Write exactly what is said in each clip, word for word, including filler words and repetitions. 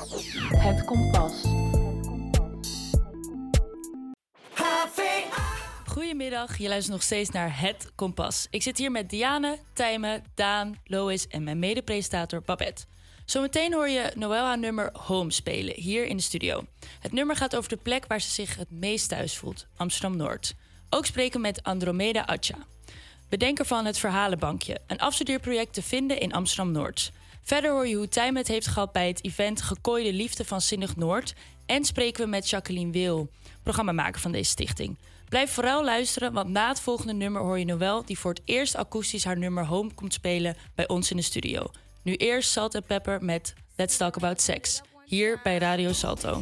Het Kompas. Goedemiddag, je luistert nog steeds naar Het Kompas. Ik zit hier met Diane, Tijme, Daan, Lois en mijn mede-presentator Babette. Zometeen hoor je Noël haar nummer Home spelen, hier in de studio. Het nummer gaat over de plek waar ze zich het meest thuis voelt, Amsterdam-Noord. Ook spreken we met Andromeda Atja, bedenker van het Verhalenbankje, een afstudeerproject te vinden in Amsterdam-Noord. Verder hoor je hoe Tijme het heeft gehad bij het event Gekooide Liefde van Zinnig Noord. En spreken we met Jacqueline Wil, programmamaker van deze stichting. Blijf vooral luisteren, want na het volgende nummer hoor je Noël, die voor het eerst akoestisch haar nummer Home komt spelen bij ons in de studio. Nu eerst Salt and Pepper met Let's Talk About Sex, hier bij Radio Salto.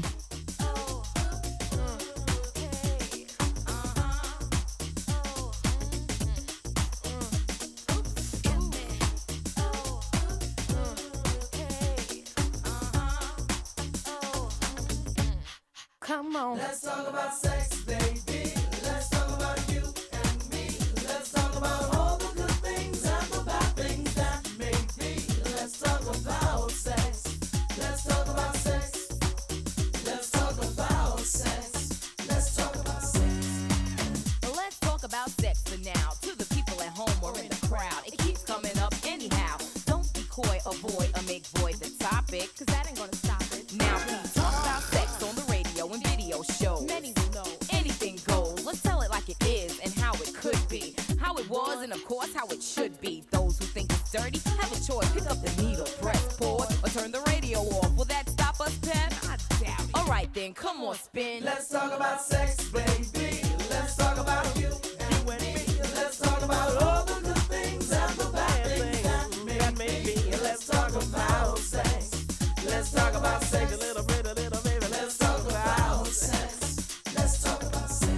Come on. Let's talk about sex, baby. Let's talk about you and me. Let's talk about all the good things and the bad things that make me. Let's talk about sex. Let's talk about sex. Let's talk about sex. Let's talk about sex. Let's talk about sex for now. To the people at home or in the crowd, it keeps coming up anyhow. Don't be coy, avoid, or make void the topic, cause that ain't gonna stop it. Now please talk about sex on the radio and video shows. Many will know anything goes. Let's tell it like it is and how it could be, how it was and of course how it should be. Those who think it's dirty have a choice. Pick up the needle, press pause, or turn the radio off. Will that stop us, Pep? I doubt it. Alright then, come on, spin. Let's talk about sex, baby. Let's talk about you and me. Let's talk about all the good things and the bad things that make me. Let's talk about sex. Let's talk about sex. A little bit, a little baby. Let's talk about sex. Let's talk about sex.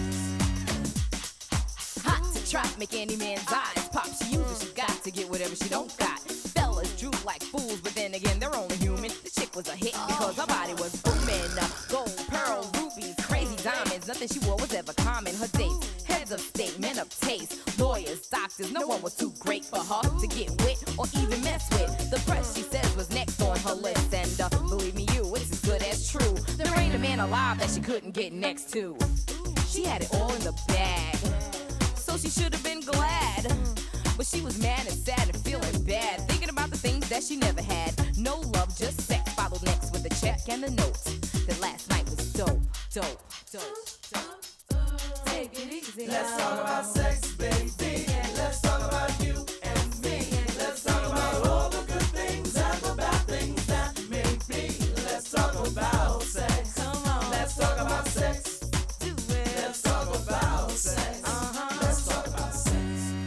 Hot to trap, make any man's eyes pop. She uses, she got to get whatever she don't got. Fellas droop like fools, but then again, they're only human. The chick was a hit because her body was booming. Uh, gold, pearl, rubies, crazy diamonds. Nothing she wore was ever common. Her dates, heads of state, men of taste, lawyers, doctors. No one was too great for her to get with or even mess with. The press, she says, was next on her list. And uh, believe me, you, it's as good as true. There ain't a man alive that she couldn't get next to. She had it all in the bag, so she should have been glad. But she was mad and sad and feeling bad, thinking about the things that she never had. No love, just sex, followed next with a check and a note that last night was dope, dope, dope, dope. Take it easy. Let's talk about sex, baby. Let's talk about you and me. Let's talk about all the good things and the bad things that make me. Let's talk about sex. Come on. Let's talk about sex. Do it. Let's talk about sex. Uh-huh. Let's talk about sex.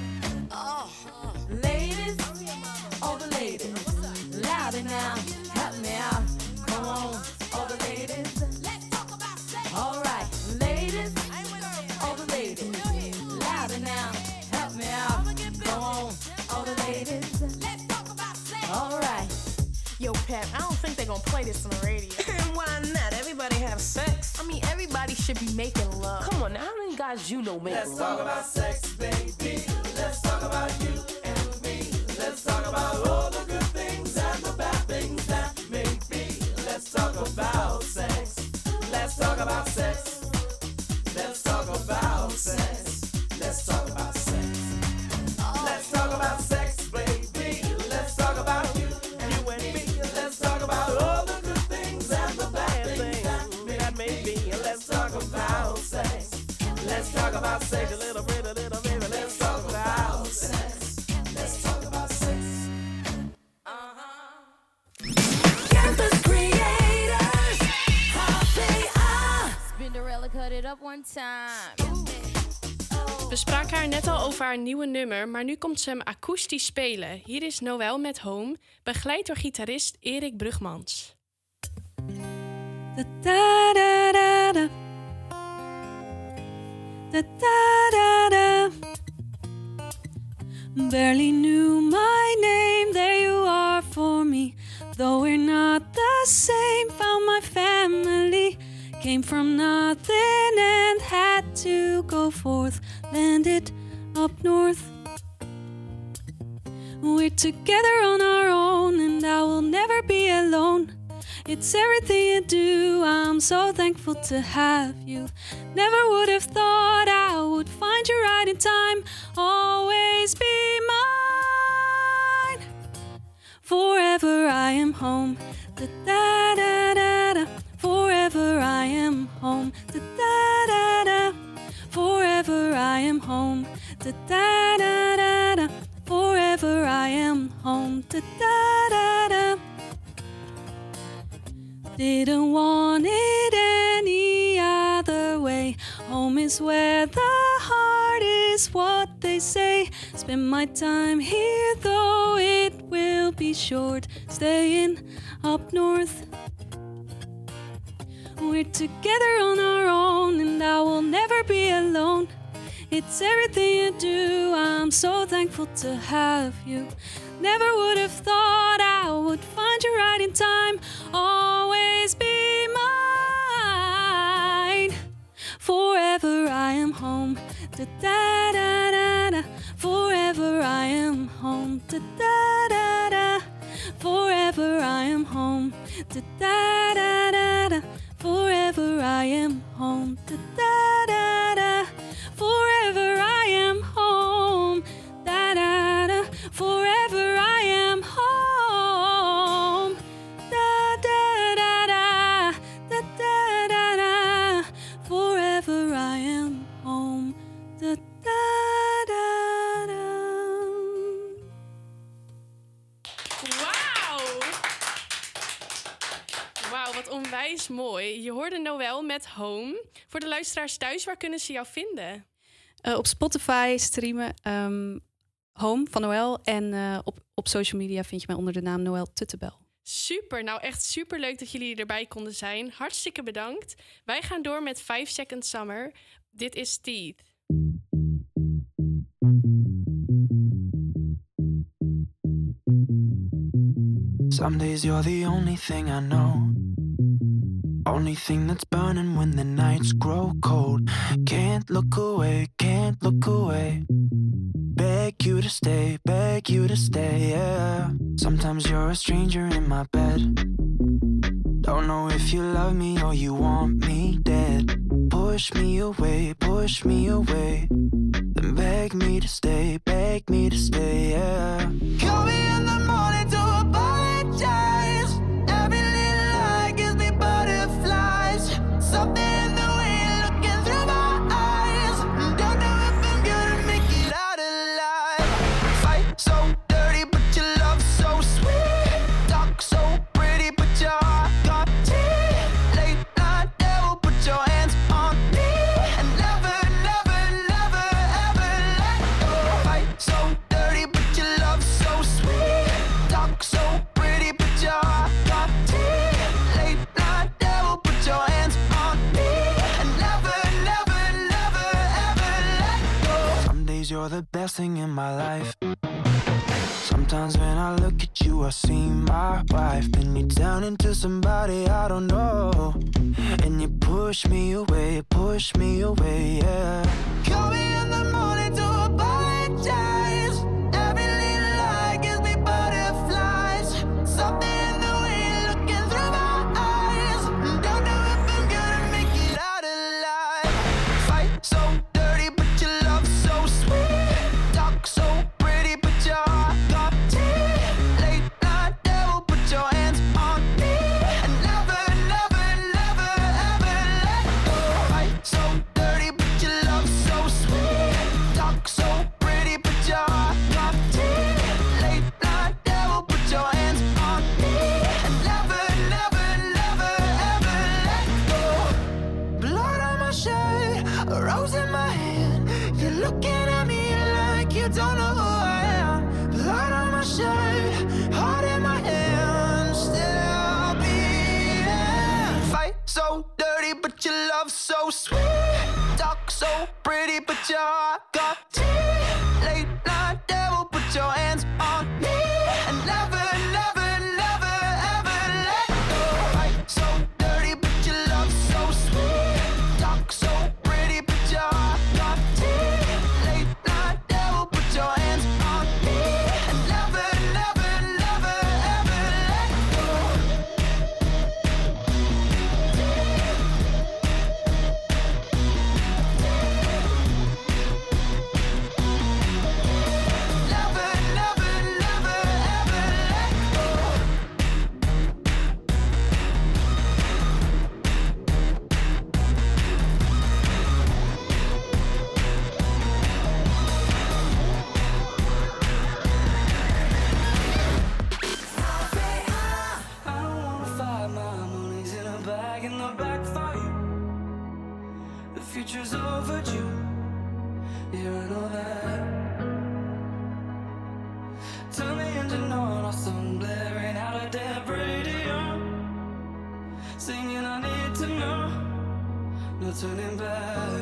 Oh, ladies, all the ladies, louder now, help me out. Come on, all the ladies, let's talk about sex. All right, ladies, all the ladies, louder now, help me out. Come on, all the ladies, let's talk about sex. All right. Yo, Pep, I don't think they're gonna play this on the radio. And why not? Everybody have sex. I mean, everybody should be making love. Come on, now, how many guys you know make Let's love? talk about sex, baby. Let's talk about you and me. Let's talk about all the good things and the bad things that make me. Let's talk about sex. Let's talk about sex. Let's talk about sex. Let's talk about sex. Let's talk about sex, baby. Let's talk about you and me. Let's talk about all the good things and the bad things that make me. Let's talk about sex. Let's talk about sex. A little bit, a little baby. Let's talk about sex. Let's talk about sex. Campus Creators, H P A. Spinderella cut it up one time. We spraken haar net al over haar nieuwe nummer, maar nu komt ze hem akoestisch spelen. Hier is Noël met Home, begeleid door gitarist Erik Brugmans. Da da da da da. Da da da da. Barely knew my name, there you are for me. Though we're not the same, found my family. Came from nothing and had to go forth. Landed up north. We're together on our own, and I will never be alone. It's everything you do. I'm so thankful to have you. Never would have thought I would find you right in time. Always be mine. Forever I am home. Da da da da da. Forever I am home. Da da da da. Forever I am home. Da da da da da. Forever I am home. Da da da da. Didn't want it any other way. Home is where the heart is, what they say. Spend my time here, though it will be short. Staying up north. We're together on our own, and I will never be alone. It's everything you do. I'm so thankful to have you. Never would have thought I would find you right in time. Always be mine. Forever I am home. Da da da da da. Forever I am home. Da da da da. Forever I am home. Da da da da da. Forever I am home. Da da da da. Forever I am home. Da da da. Forever I am home. Da da da da. Da da da da. Forever I am home. Da da da da. Wauw! Wauw, wat onwijs mooi. Je hoorde Noël met Home. Voor de luisteraars thuis, waar kunnen ze jou vinden? Uh, op Spotify streamen um, Home van Noël. En uh, op, op social media vind je mij onder de naam Noël Tuttebel. Super, nou echt super leuk dat jullie erbij konden zijn. Hartstikke bedankt. Wij gaan door met five Second Summer. Dit is Teeth. Some days you're the only thing I know. Only thing that's burning when the nights grow cold. Can't look away, can't look away. Beg you to stay, beg you to stay, yeah. Sometimes you're a stranger in my bed. Don't know if you love me or you want me dead. Push me away, push me away. Then beg me to stay, beg me to stay, yeah. Call me in the morning to apologize. Every little lie gives me butterflies. Something in the way you're looking through my eyes. Don't know if I'm gonna make it out alive. Fight so dirty, but your love so sweet. Talk so pretty, but your heart got teeth. Late night devil, put your hands on me. And never, never, never, ever let go. Fight so dirty, but your love so sweet. Talk so pretty, but your heart got teeth. Late night devil, put your hands on me. And never, never, never, ever let go. Some days you're the best thing in my life. Sometimes when I look at you, I see my wife. Then you turn into somebody I don't know. And you push me away, push me away, yeah. Call me in the morning to apologize. Every little lie gives me butterflies. Something in the way you're looking through my eyes. Don't know if I'm gonna make it out alive. Fight so dirty, but your love so sweet. Talk so pretty, but your heart got teeth. Late night devil, put your hands on me. And never, never, never, ever let go. Fight so dirty, but your love so sweet. Talk so pretty, but your heart got teeth. Late night devil, put your hands on me. And never, never, never, ever let go. Blood on my shirt, a rose in my hand. You're looking at me like you don't know who I am. Blood on my shirt, heart in my hand. Still beating. Fight so dirty, but your love so sweet. Talk so pretty, but your heart got teeth. Late night devil, put your hands on me. And never, never, never, ever let go. Fight so dirty, but your love so sweet. Talk so pretty, but your heart got teeth. Late night devil, put your hands on me. And never, never, never, ever let go. in the back for you. The future's overdue. Yeah, I know that. Turn the engine on, or some blaring out a damn radio. Singing I need to know, no turning back.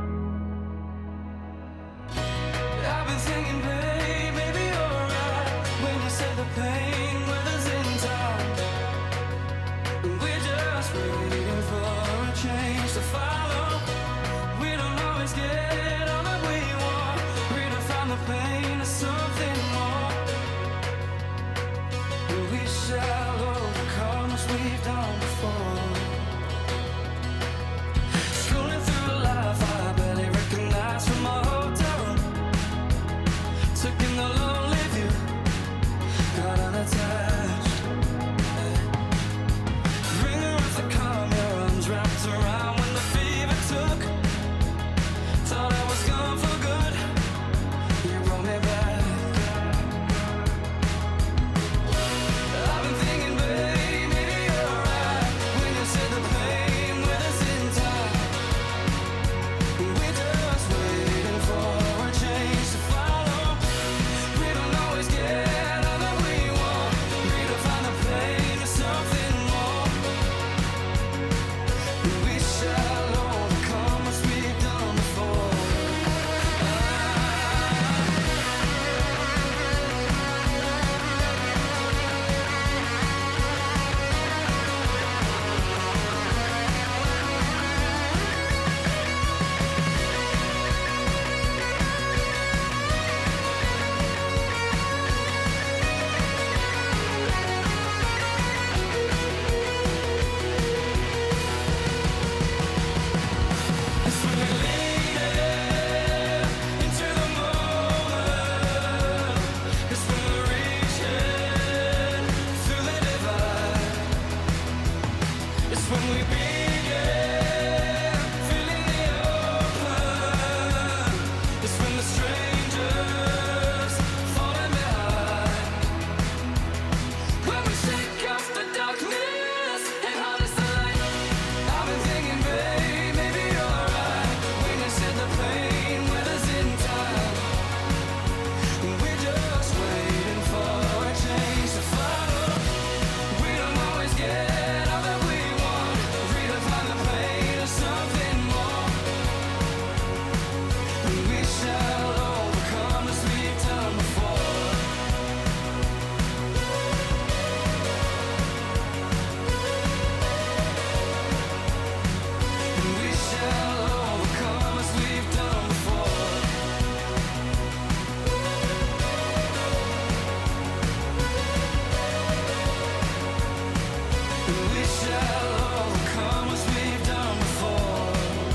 I've been thinking, babe, maybe you're right when you said the pain weather's in time. We're just waiting for a change to follow. We don't always get all that we want. Redefine the pain to something more. We shall overcome as we've done before. Scrolling through life, I barely recognize from my hotel room. Took in the lonely view, got unattached. Ringer of the calm, your arms wrapped around when the fever took. Thought I was gone for good, you brought me back. I've been thinking, babe, maybe you're right when you said the pain with us in time. We're just waiting for a change to follow. We don't always get all that we want. Redefine the pain to something more. We shall overcome as we've done before. It's when we lean into the moment. It's when we're reaching through the divide. It's when we begin feeling the open. It's when the strangers falling behind. When we shake off the darkness and harness the light. I've been thinking, babe, maybe you're right when you said the pain with us in time. We're just waiting for a change to follow. We don't always get all that we want. Redefine the pain to something more. We shall overcome as we've done before. We shall overcome as we've done before. We shall overcome as we've done before.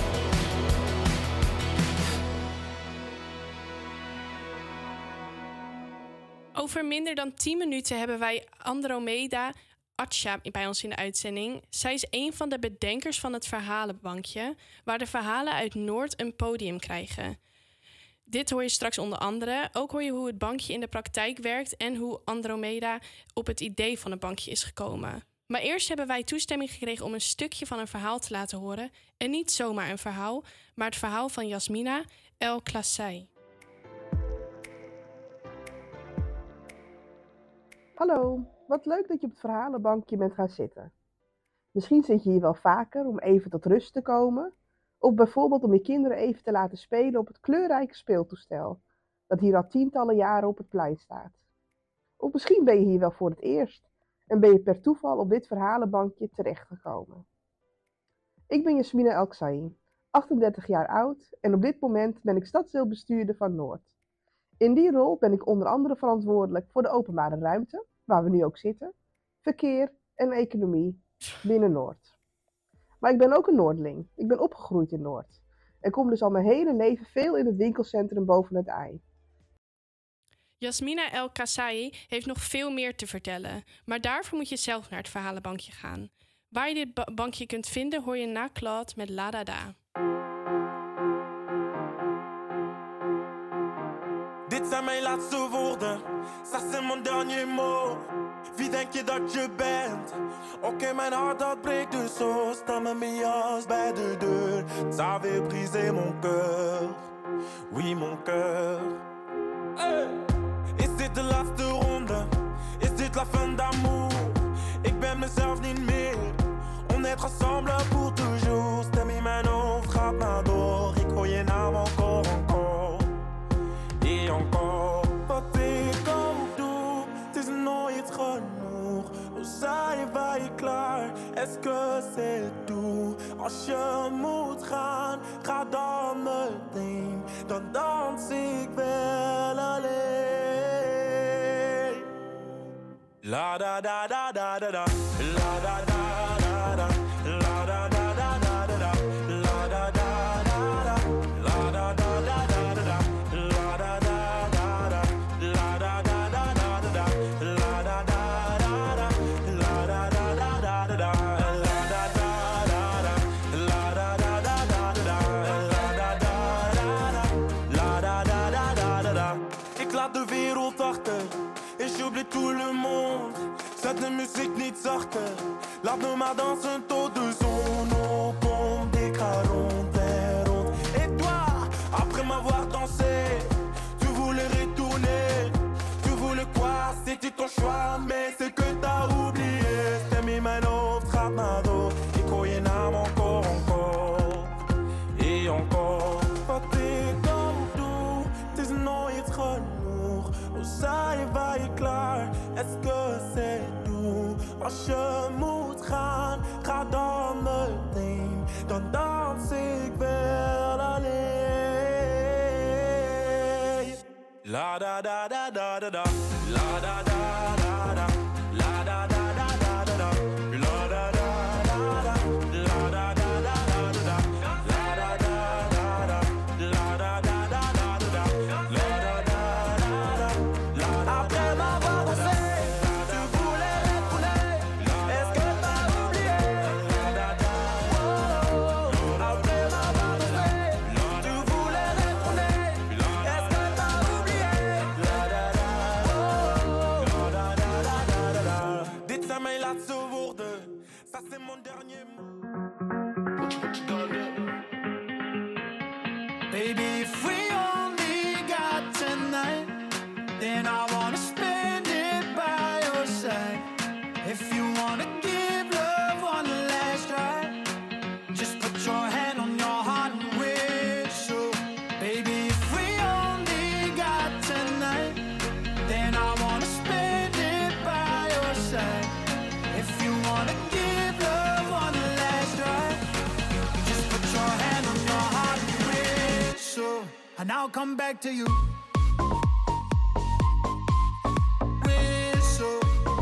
Over minder dan tien minuten hebben wij Andromeda Atja bij ons in de uitzending. Zij is een van de bedenkers van het verhalenbankje, waar de verhalen uit Noord een podium krijgen. Dit hoor je straks onder andere. Ook hoor je hoe het bankje in de praktijk werkt en hoe Andromeda op het idee van het bankje is gekomen. Maar eerst hebben wij toestemming gekregen om een stukje van een verhaal te laten horen. En niet zomaar een verhaal, maar het verhaal van Yasmina El Klassai. Hallo, wat leuk dat je op het verhalenbankje bent gaan zitten. Misschien zit je hier wel vaker om even tot rust te komen, of bijvoorbeeld om je kinderen even te laten spelen op het kleurrijke speeltoestel, dat hier al tientallen jaren op het plein staat. Of misschien ben je hier wel voor het eerst en ben je per toeval op dit verhalenbankje terechtgekomen. Ik ben Yasmina El Klassai, achtendertig jaar oud en op dit moment ben ik stadsdeelbestuurder van Noord. In die rol ben ik onder andere verantwoordelijk voor de openbare ruimte, waar we nu ook zitten, verkeer en economie binnen Noord. Maar ik ben ook een Noordeling. Ik ben opgegroeid in Noord. En kom dus al mijn hele leven veel in het winkelcentrum boven het I. Yasmina El Klassai heeft nog veel meer te vertellen, maar daarvoor moet je zelf naar het verhalenbankje gaan. Waar je dit ba- bankje kunt vinden hoor je na Claude met La Da Da. Dit zijn mijn laatste woorden, ça c'est mon dernier mot. Wie denk je dat je bent? Ok, mijn hart dat breekt dus zo. Sta met mijn jas bij de deur. Ça avait brisé mon cœur. Oui, mon cœur. Hey. Is dit de laatste ronde? Is dit la fin d'amour? Ik ben mezelf niet meer. On est ensemble pour toujours. Stem in mijn hoofd gaat maar door. Ik hoor je naam encore, encore. Et encore. Wat ik ook doe, het is nooit genoeg. Hoe zijn wij klaar? Est-ce que c'est tout? Als je moet gaan, ga dan meteen. Dan dans ik wel alleen. La da da da da da da. La da da da da. La da da da da da da. La da da da da. La da da da da da. La da da da da. La da da da da da. La da da da da. La da da da da da. La da da da da. La da da da da da. La da da da. La da da da da da. Ik laat de wereld achter. Et j'oublie tout le monde. Zet de muziek niet zachter. Laat me maar dansen tot de zon opkomt. Ik ga rond en rond. Et toi, après m'avoir dansé, tu voulais retourner. Tu voulais quoi? C'était ton choix, mais c'est que t'as oublié. Stem in mijn hoofd gaat maar door. Ik hoor je naam encore, encore. Et encore. Wat ik ook doe, het is nooit genoeg. Hoe zijn wij klaar? Est-ce que c'est tout? Als je moet gaan, ga dan meteen. Dan dans ik wel alleen. La da da da da da da. La da da da da. La da da da da da da. La da da da da. La da da da da da. La da da da da. La da da da da da. La da da da da. Après m'avoir dansé, tu voulais retourner. Est-ce que t'as oublié? Oh, après m'avoir dansé, tu voulais retourner. Est-ce que t'as oublié? Oh, dit zijn mijn laatste woorden. Ça c'est mon dernier mot. Baby, if we only got tonight, then I wanna spend it by your side. If you wanna give love one last try, just put your hand on your heart and whistle. Baby, if we only got tonight, then I wanna spend it by your side. If you wanna give love one last try, just put your hand on your heart and whistle, and I'll come back to you. Whistle,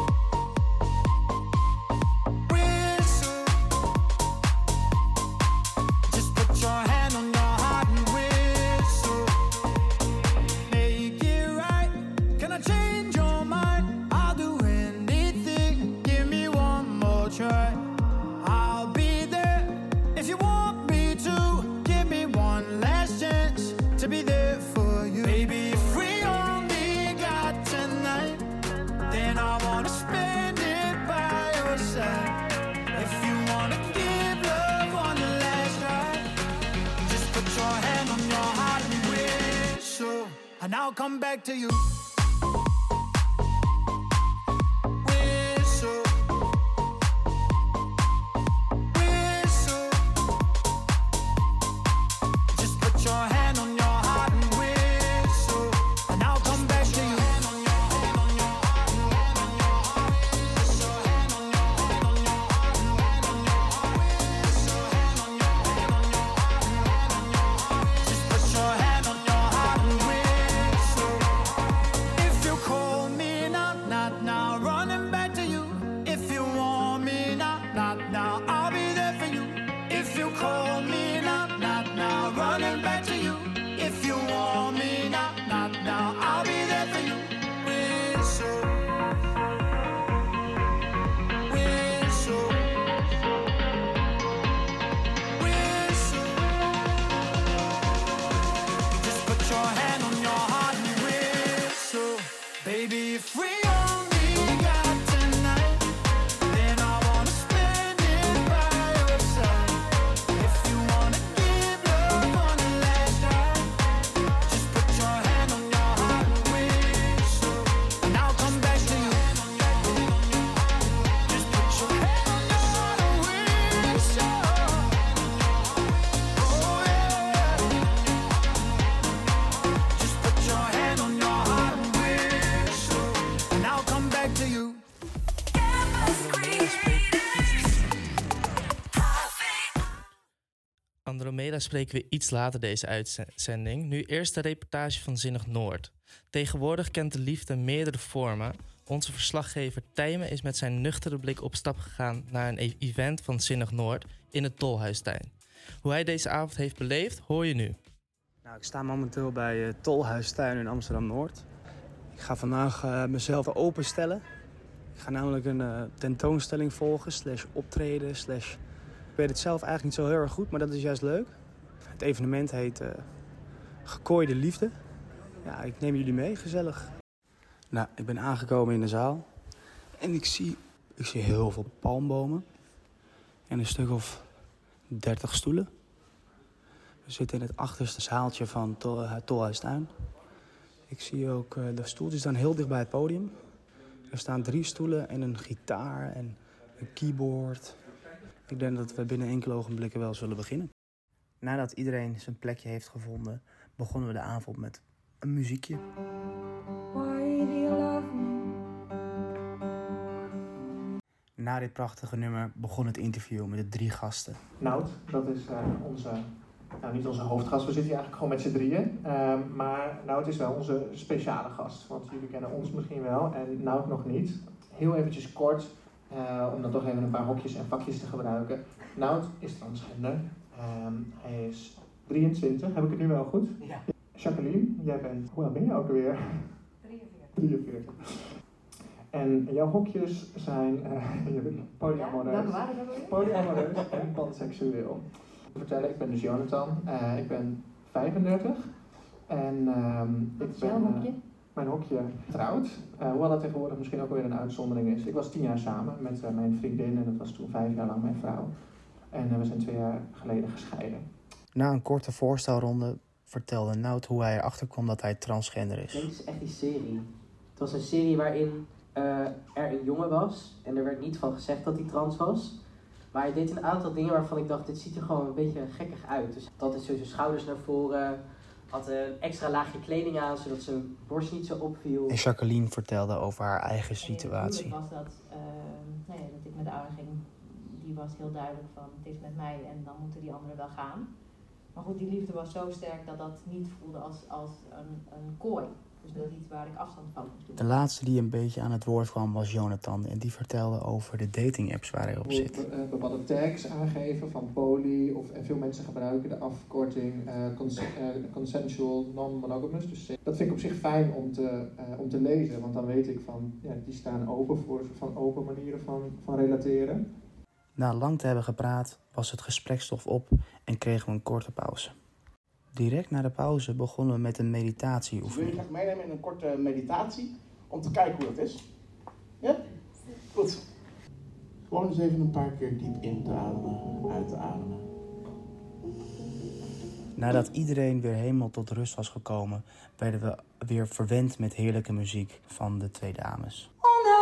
whistle. Just put your hand on your heart and whistle. Make it right. Can I change your mind? I'll do anything. Give me one more try. I'll be there if you want me to. Give me one last chance to be there for you. Baby, if we only got tonight, then I wanna spend it by your side. If you wanna give love one last try, just put your hand on your heart and whistle, and I'll come back to you. Whistle, whistle. Just put your hand on your heart and whistle, and I'll come back to you. Just put your hand on your heart and whistle. If you call me now, not now, running back to you. If you want me now, not now, I'll be there for you. If you call me now, not now, running back to you. If you want me now, not now, I'll be there for you. Whistle, whistle, whistle. Just put your hand on your heart and whistle. Baby, if we only got tonight, then I wanna Andromeda spreken we iets later deze uitzending. Nu eerst de reportage van Zinnig Noord. Tegenwoordig kent de liefde meerdere vormen. Onze verslaggever Tijme is met zijn nuchtere blik op stap gegaan naar een event van Zinnig Noord in het Tolhuistuin. Hoe hij deze avond heeft beleefd, hoor je nu. Nou, ik sta momenteel bij uh, Tolhuistuin in Amsterdam-Noord. Ik ga vandaag uh, mezelf openstellen. Ik ga namelijk een uh, tentoonstelling volgen, slash optreden, slash... Ik weet het zelf eigenlijk niet zo heel erg goed, maar dat is juist leuk. Het evenement heet uh, Gekooide Liefde. Ja, ik neem jullie mee, gezellig. Nou, ik ben aangekomen in de zaal. En ik zie, ik zie heel veel palmbomen. En een stuk of dertig stoelen. We zitten in het achterste zaaltje van Tol, uh, Tolhuistuin. Ik zie ook, uh, de stoeltjes staan heel dicht bij het podium. Er staan drie stoelen en een gitaar en een keyboard. Ik denk dat we binnen enkele ogenblikken wel zullen beginnen. Nadat iedereen zijn plekje heeft gevonden, begonnen we de avond met een muziekje. Na dit prachtige nummer begon het interview met de drie gasten. Nout, dat is uh, onze, nou niet onze hoofdgast, we zitten hier eigenlijk gewoon met z'n drieën. Uh, maar Nout is wel onze speciale gast, want jullie kennen ons misschien wel en Nout nog niet. Heel eventjes kort, uh, om dan toch even een paar hokjes en vakjes te gebruiken. Nout is transgender, um, hij is drieëntwintig, heb ik het nu wel goed? Ja. Jacqueline, jij bent, hoe oud ben je ook alweer? drieënveertig. En jouw hokjes zijn uh, je bent polyamoreus, ja, polyamoreus en panseksueel. Ik vertellen, ik ben dus Jonathan, uh, ik ben vijfendertig en um, ik ben uh, mijn hokje getrouwd. Uh, hoewel dat tegenwoordig misschien ook weer een uitzondering is. Ik was tien jaar samen met uh, mijn vriendin en dat was toen vijf jaar lang mijn vrouw. En uh, we zijn twee jaar geleden gescheiden. Na een korte voorstelronde vertelde Nout hoe hij erachter kwam dat hij transgender is. Dit is echt die serie. Het was een serie waarin uh, er een jongen was en er werd niet van gezegd dat hij trans was. Maar hij deed een aantal dingen waarvan ik dacht, dit ziet er gewoon een beetje gekkig uit. Dus dat is zo zijn schouders naar voren, had een extra laagje kleding aan, zodat zijn borst niet zo opviel. En Jacqueline vertelde over haar eigen situatie. En was dat, uh, nou ja, dat ik met de ouder ging, die was heel duidelijk van, het is met mij en dan moeten die anderen wel gaan. Maar goed, die liefde was zo sterk dat dat niet voelde als, als een, een kooi. Dus dat is iets waar ik afstand van moest doen. De laatste die een beetje aan het woord kwam was Jonathan. En die vertelde over de dating apps waar hij op zit. We bepaalde tags aangeven van poly. Of, en veel mensen gebruiken de afkorting uh, cons uh, consensual non-monogamous. Dus dat vind ik op zich fijn om te, uh, om te lezen. Want dan weet ik van, ja, die staan open voor van open manieren van, van relateren. Na lang te hebben gepraat was het gesprekstof op en kregen we een korte pauze. Direct na de pauze begonnen we met een meditatieoefening. Ik wil je graag meenemen in een korte meditatie om te kijken hoe dat is. Ja? Goed. Gewoon eens even een paar keer diep in te ademen, uit te ademen. Nadat iedereen weer helemaal tot rust was gekomen, werden we weer verwend met heerlijke muziek van de twee dames.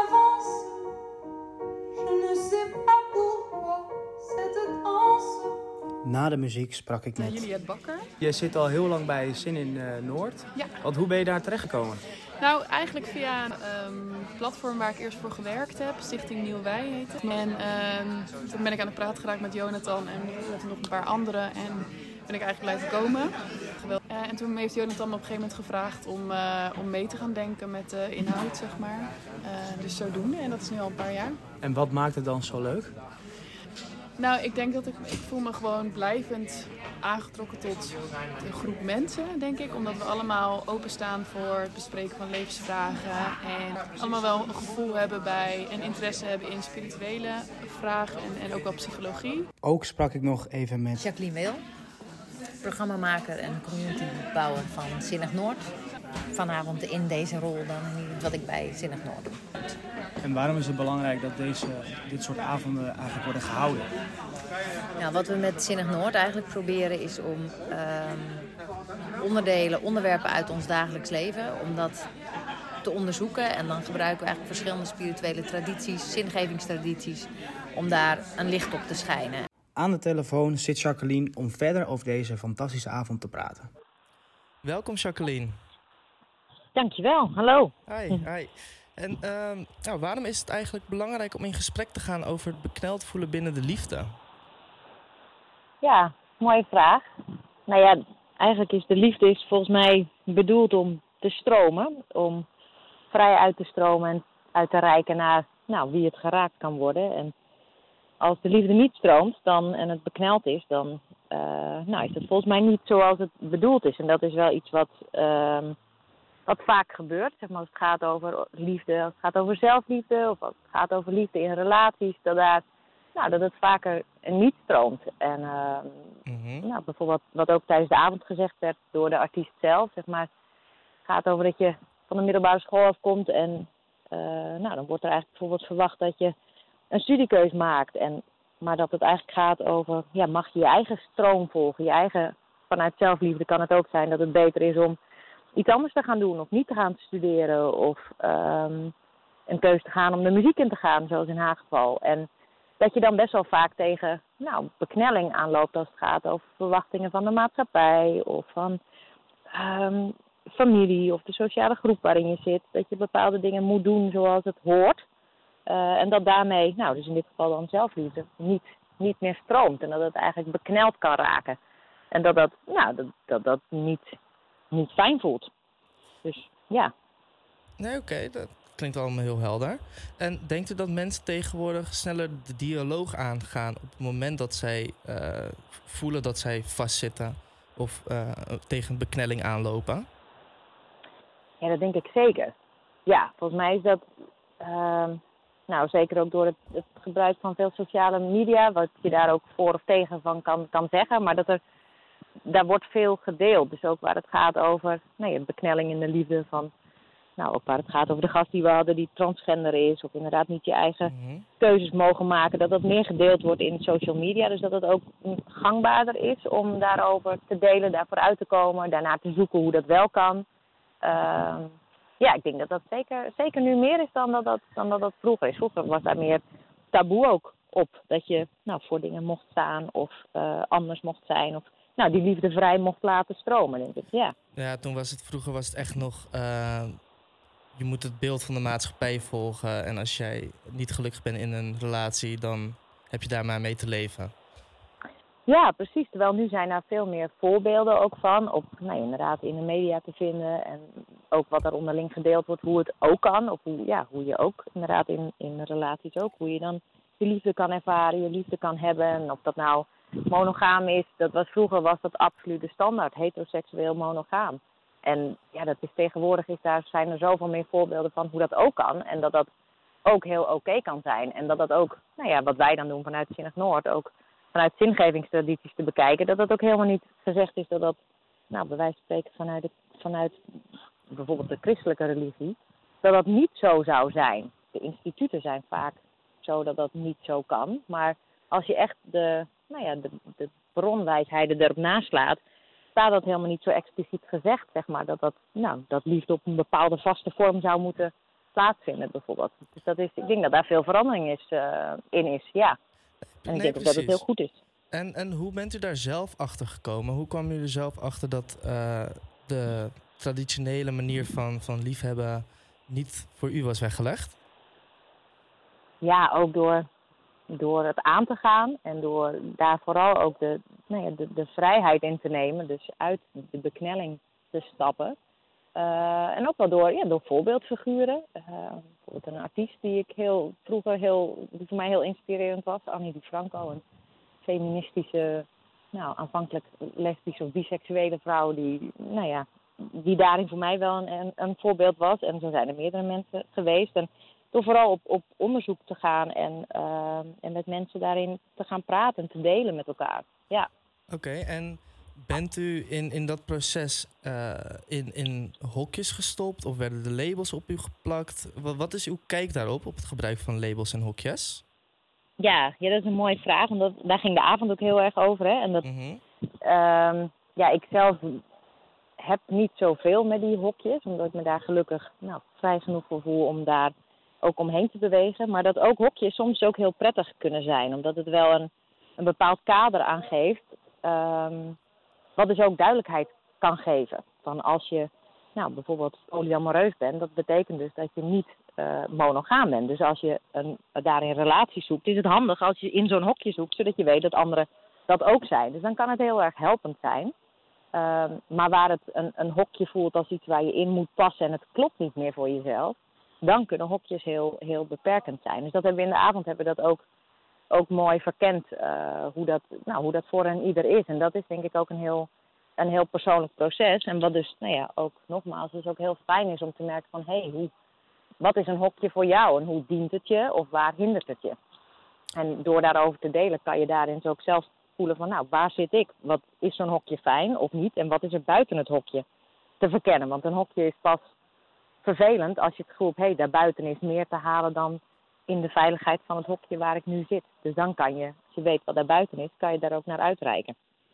Na de muziek sprak ik met... Juliette Bakker. Jij zit al heel lang bij Zin in uh, Noord. Ja. Want hoe ben je daar terechtgekomen? Nou, eigenlijk via een um, platform waar ik eerst voor gewerkt heb. Stichting Nieuw Wij heet het. En um, toen ben ik aan de praat geraakt met Jonathan en met nog een paar anderen. En ben ik eigenlijk blijven komen. Uh, en toen heeft Jonathan me op een gegeven moment gevraagd om, uh, om mee te gaan denken met de inhoud, zeg maar. Uh, dus zodoende. En dat is nu al een paar jaar. En wat maakt het dan zo leuk? Nou, ik denk dat ik, ik voel me gewoon blijvend aangetrokken tot een groep mensen, denk ik. Omdat we allemaal openstaan voor het bespreken van levensvragen. En allemaal wel een gevoel hebben bij en interesse hebben in spirituele vragen en, en ook wel psychologie. Ook sprak ik nog even met Jacqueline Weel, programmamaker en communitybouwer van Zinnig Noord. Vanavond in deze rol dan wat ik bij Zinnig Noord doe. En waarom is het belangrijk dat deze, dit soort avonden eigenlijk worden gehouden? Nou, wat we met Zinnig Noord eigenlijk proberen is om uh, onderdelen, onderwerpen uit ons dagelijks leven, om dat te onderzoeken. En dan gebruiken we eigenlijk verschillende spirituele tradities, zingevingstradities, om daar een licht op te schijnen. Aan de telefoon zit Jacqueline om verder over deze fantastische avond te praten. Welkom Jacqueline. Dankjewel, hallo. Hi, hi. En uh, nou, waarom is het eigenlijk belangrijk om in gesprek te gaan over het bekneld voelen binnen de liefde? Ja, mooie vraag. Nou ja, eigenlijk is de liefde is volgens mij bedoeld om te stromen. Om vrij uit te stromen en uit te reiken naar nou, wie het geraakt kan worden. En als de liefde niet stroomt dan, en het bekneld is, dan uh, nou, is het volgens mij niet zoals het bedoeld is. En dat is wel iets wat, uh, wat vaak gebeurt. Zeg maar, als het gaat over liefde, als het gaat over zelfliefde of als het gaat over liefde in relaties, dat, daar, nou, dat het vaker niet stroomt. En uh, mm-hmm. nou, bijvoorbeeld wat ook tijdens de avond gezegd werd door de artiest zelf. Zeg maar, het gaat over dat je van de middelbare school afkomt en uh, nou, dan wordt er eigenlijk bijvoorbeeld verwacht dat je een studiekeus maakt. En, maar dat het eigenlijk gaat over, ja, mag je je eigen stroom volgen, je eigen, vanuit zelfliefde kan het ook zijn dat het beter is om iets anders te gaan doen of niet te gaan studeren of um, een keuze te gaan om de muziek in te gaan, zoals in haar geval. En dat je dan best wel vaak tegen nou, beknelling aanloopt als het gaat over verwachtingen van de maatschappij of van um, familie of de sociale groep waarin je zit. Dat je bepaalde dingen moet doen zoals het hoort. Uh, en dat daarmee, nou dus in dit geval dan zelfliefde, niet, niet meer stroomt. En dat het eigenlijk bekneld kan raken. En dat dat, nou, dat, dat, dat niet, niet fijn voelt. Dus ja. Nee, oké, okay, dat klinkt allemaal heel helder. En denkt u dat mensen tegenwoordig sneller de dialoog aangaan op het moment dat zij uh, voelen dat zij vastzitten of uh, tegen beknelling aanlopen? Ja, dat denk ik zeker. Ja, volgens mij is dat Uh, Nou, zeker ook door het, het gebruik van veel sociale media, wat je daar ook voor of tegen van kan, kan zeggen. Maar dat er, daar wordt veel gedeeld. Dus ook waar het gaat over nee, beknelling in de liefde van, nou ook waar het gaat over de gast die we hadden die transgender is. Of inderdaad niet je eigen mm-hmm. keuzes mogen maken. Dat dat meer gedeeld wordt in social media. Dus dat het ook gangbaarder is om daarover te delen, daarvoor uit te komen. Daarna te zoeken hoe dat wel kan. Uh, Ja, ik denk dat dat zeker, zeker nu meer is dan dat dat, dan dat dat vroeger is. Vroeger was daar meer taboe ook op. Dat je nou, voor dingen mocht staan of uh, anders mocht zijn. Of nou, die liefde vrij mocht laten stromen, denk ik. Ja, ja toen was het, vroeger was het echt nog Uh, je moet het beeld van de maatschappij volgen. En als jij niet gelukkig bent in een relatie, dan heb je daar maar mee te leven. Ja, precies. Terwijl nu zijn er veel meer voorbeelden ook van. Op, nou, inderdaad in de media te vinden. En ook wat er onderling gedeeld wordt, hoe het ook kan. Of hoe, ja, hoe je ook, inderdaad in, in relaties ook, hoe je dan je liefde kan ervaren, je liefde kan hebben. En of dat nou monogaam is, dat was vroeger was dat absoluut de standaard. Heteroseksueel monogaam. En ja, dat is tegenwoordig is daar, zijn er zoveel meer voorbeelden van hoe dat ook kan. En dat dat ook heel oké okay kan zijn. En dat dat ook, nou ja, wat wij dan doen vanuit Zinnig Noord, ook vanuit zingevingstradities te bekijken, dat dat ook helemaal niet gezegd is dat dat, nou, bij wijze van spreken vanuit, het, vanuit bijvoorbeeld de christelijke religie, dat dat niet zo zou zijn. De instituten zijn vaak zo dat dat niet zo kan. Maar als je echt de, nou ja, de, de bronwijsheden erop naslaat, staat dat helemaal niet zo expliciet gezegd, zeg maar, dat dat, nou, dat liefde op een bepaalde vaste vorm zou moeten plaatsvinden, bijvoorbeeld. Dus dat is, ik denk dat daar veel verandering is, uh, in is, ja. En ik nee, denk ook dat het heel goed is. En, en hoe bent u daar zelf achter gekomen? Hoe kwam u er zelf achter dat uh, de traditionele manier van, van liefhebben niet voor u was weggelegd? Ja, ook door, door het aan te gaan en door daar vooral ook de, nou ja, de, de vrijheid in te nemen. Dus uit de beknelling te stappen. Uh, en ook wel door, ja, door voorbeeldfiguren. Uh, bijvoorbeeld een artiest die ik heel vroeger heel, die voor mij heel inspirerend was, Annie DiFranco, een feministische, nou aanvankelijk lesbische of biseksuele vrouw die, nou ja, die daarin voor mij wel een, een, een voorbeeld was. En zo zijn er meerdere mensen geweest. En door vooral op, op onderzoek te gaan en, uh, en met mensen daarin te gaan praten en te delen met elkaar. Ja. Oké, okay, en bent u in, in dat proces uh, in, in hokjes gestopt of werden de labels op u geplakt? Wat, wat is uw kijk daarop, op het gebruik van labels en hokjes? Ja, ja, dat is een mooie vraag. En dat, daar ging de avond ook heel erg over. Hè? En dat, mm-hmm. um, ja, ik zelf heb niet zoveel met die hokjes, omdat ik me daar gelukkig nou, vrij genoeg voor voel om daar ook omheen te bewegen. Maar dat ook hokjes soms ook heel prettig kunnen zijn, omdat het wel een, een bepaald kader aangeeft. Um, wat dus ook duidelijkheid kan geven. Van als je nou, bijvoorbeeld polyamoreus bent, dat betekent dus dat je niet uh, monogaam bent. Dus als je een, daarin relaties zoekt, is het handig als je in zo'n hokje zoekt, zodat je weet dat anderen dat ook zijn. Dus dan kan het heel erg helpend zijn. Um, maar waar het een, een hokje voelt als iets waar je in moet passen en het klopt niet meer voor jezelf, dan kunnen hokjes heel, heel beperkend zijn. Dus dat hebben we in de avond hebben we dat ook, ook mooi verkend, uh, hoe, dat, nou, hoe dat voor een ieder is. En dat is denk ik ook een heel, een heel persoonlijk proces. En wat dus, nou ja, ook nogmaals, dus ook heel fijn is om te merken van, hé, hey, hoe, wat is een hokje voor jou en hoe dient het je of waar hindert het je? En door daarover te delen kan je daarin zo ook zelf voelen van, nou, waar zit ik? Wat is zo'n hokje fijn of niet? En wat is er buiten het hokje te verkennen? Want een hokje is pas vervelend als je het gevoel hebt, hé, hey, daarbuiten is meer te halen dan in de veiligheid van het hokje waar ik nu zit. Dus dan kan je, als je weet wat daar buiten is, kan je daar ook naar uitreiken.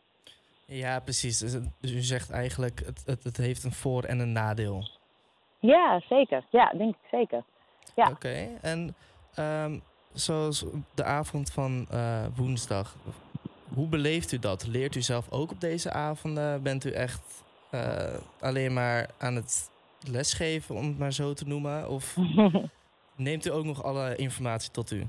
Ja, precies. Dus, dus u zegt eigenlijk, het, het, het heeft een voor- en een nadeel. Ja, zeker. Ja, denk ik zeker. Ja. Oké, okay. En um, zoals de avond van uh, woensdag, hoe beleeft u dat? Leert u zelf ook op deze avonden? Bent u echt uh, alleen maar aan het lesgeven, om het maar zo te noemen? Of neemt u ook nog alle informatie tot u?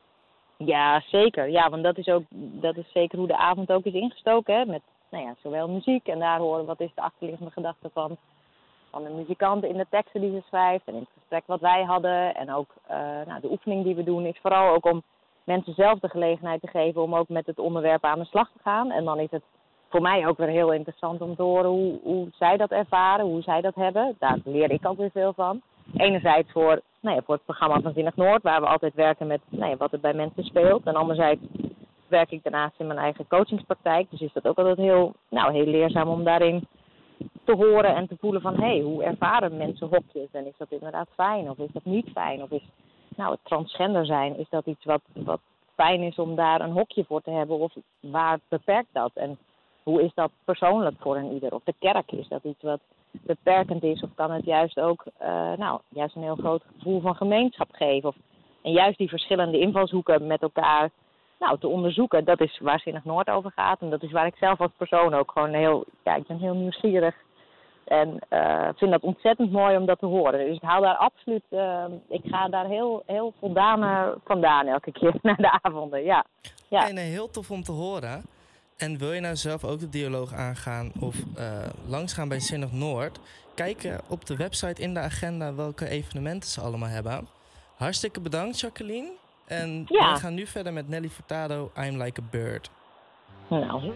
Ja, zeker. Ja, want dat is ook dat is zeker hoe de avond ook is ingestoken. Hè? Met nou ja, zowel muziek en daar horen wat is de achterliggende gedachte van, van de muzikant in de teksten die ze schrijft. En in het gesprek wat wij hadden. En ook uh, nou, de oefening die we doen is vooral ook om mensen zelf de gelegenheid te geven om ook met het onderwerp aan de slag te gaan. En dan is het voor mij ook weer heel interessant om te horen hoe, hoe zij dat ervaren, hoe zij dat hebben. Daar leer ik ook weer veel van. Enerzijds voor, nou ja, voor het programma van Zinnig Noord, waar we altijd werken met nou ja, wat er bij mensen speelt. En anderzijds werk ik daarnaast in mijn eigen coachingspraktijk. Dus is dat ook altijd heel, nou, heel leerzaam om daarin te horen en te voelen van, hé, hey, hoe ervaren mensen hokjes? En is dat inderdaad fijn of is dat niet fijn? Of is nou, het transgender zijn, is dat iets wat, wat fijn is om daar een hokje voor te hebben? Of waar beperkt dat? En hoe is dat persoonlijk voor een ieder? Of de kerk, is dat iets wat beperkend is? Of kan het juist ook uh, nou, juist een heel groot gevoel van gemeenschap geven? Of, en juist die verschillende invalshoeken met elkaar nou, te onderzoeken, dat is waar Zinnig Noord over gaat. En dat is waar ik zelf als persoon ook gewoon heel, ja, ik ben heel nieuwsgierig. En uh, vind dat ontzettend mooi om dat te horen. Dus ik haal daar absoluut, uh, ik ga daar heel, heel voldaan vandaan elke keer naar de avonden, ja. ja. Nee, nee, heel tof om te horen. En wil je nou zelf ook de dialoog aangaan of uh, langsgaan bij Zinnig Noord? Kijk op de website in de agenda welke evenementen ze allemaal hebben. Hartstikke bedankt, Jacqueline. En ja. we gaan nu verder met Nelly Furtado, I'm Like a Bird. Nou.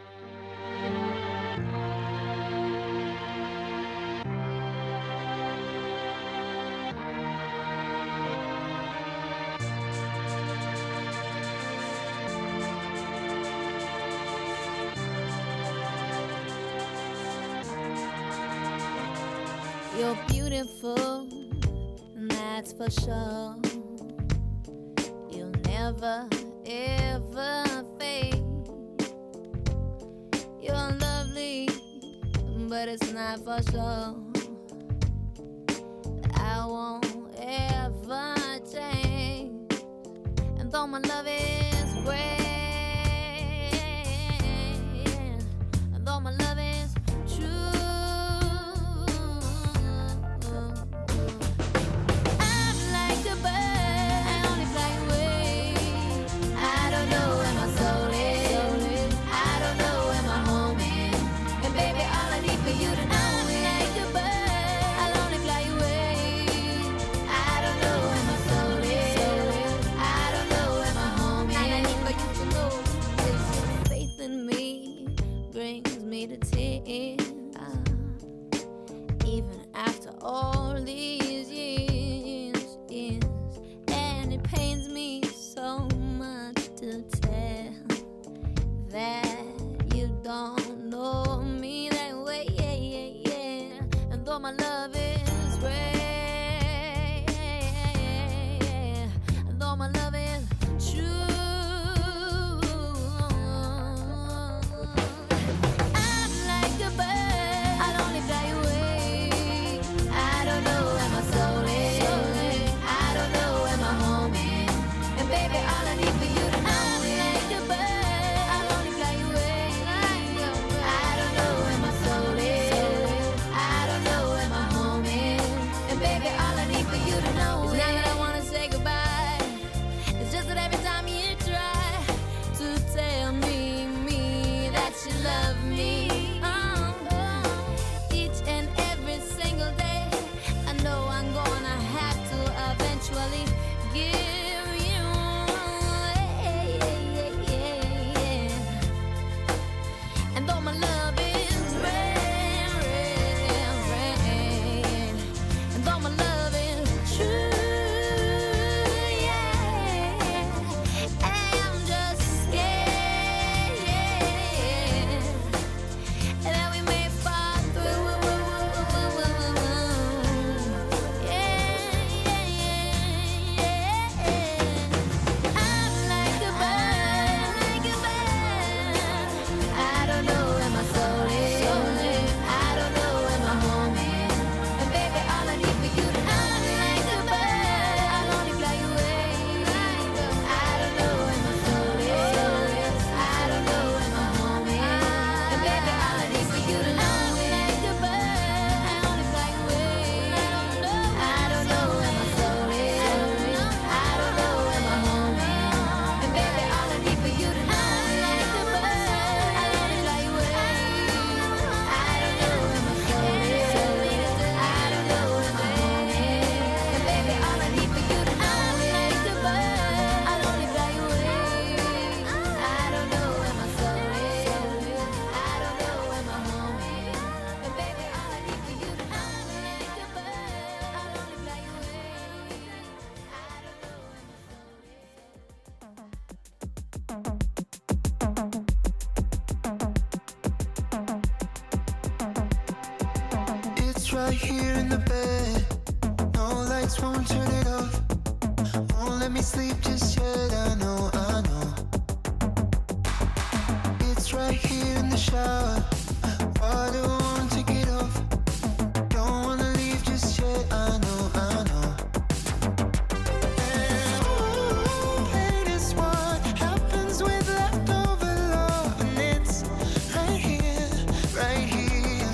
You're beautiful, and that's for sure. You'll never, ever fade. You're lovely, but it's not for sure. I won't ever change. And though my love is great, and though my love is true, to tears, even after all these years, years, and it pains me so much to tell that you don't know me that way, yeah, yeah, yeah. And though my love is great, and though my love is true, I don't know, am I It's right here in the bed. No lights won't turn it off. Won't let me sleep just yet. I know, I know. It's right here in the shower. Water won't take it off. Don't wanna leave just yet. I know, I know. And ooh, pain is what happens with leftover love, and it's right here, right here.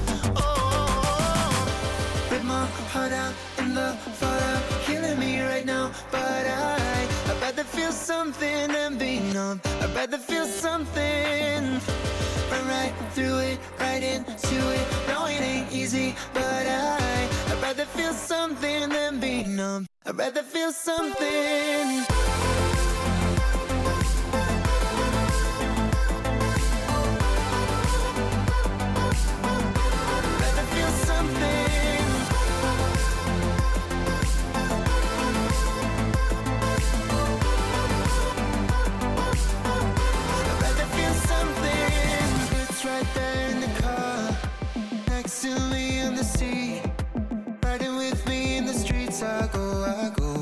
Oh, rip my heart out in the fallout, killing me right now. But I, I'd rather feel something than be numb. I'd rather feel something. Run right through it, right into it. No, it ain't easy, but I, I'd rather feel something than be numb. I'd rather feel something. Rather feel something. I'd rather feel something. It's right there in the car, next to me on the seat, riding with me in the streets. I go, I go.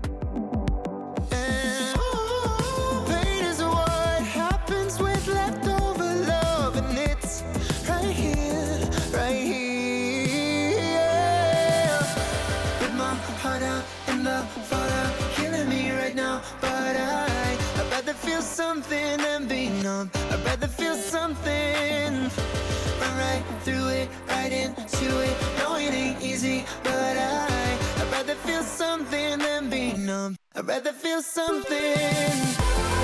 And ooh, pain is what happens with leftover love, and it's right here, right here. With my heart out in the fallout, killing me right now. But I, I'd rather feel something than be numb. I'd rather feel something. Run right through it, right into it. No, it ain't easy, but I, I'd rather feel something than be numb. I'd rather feel something.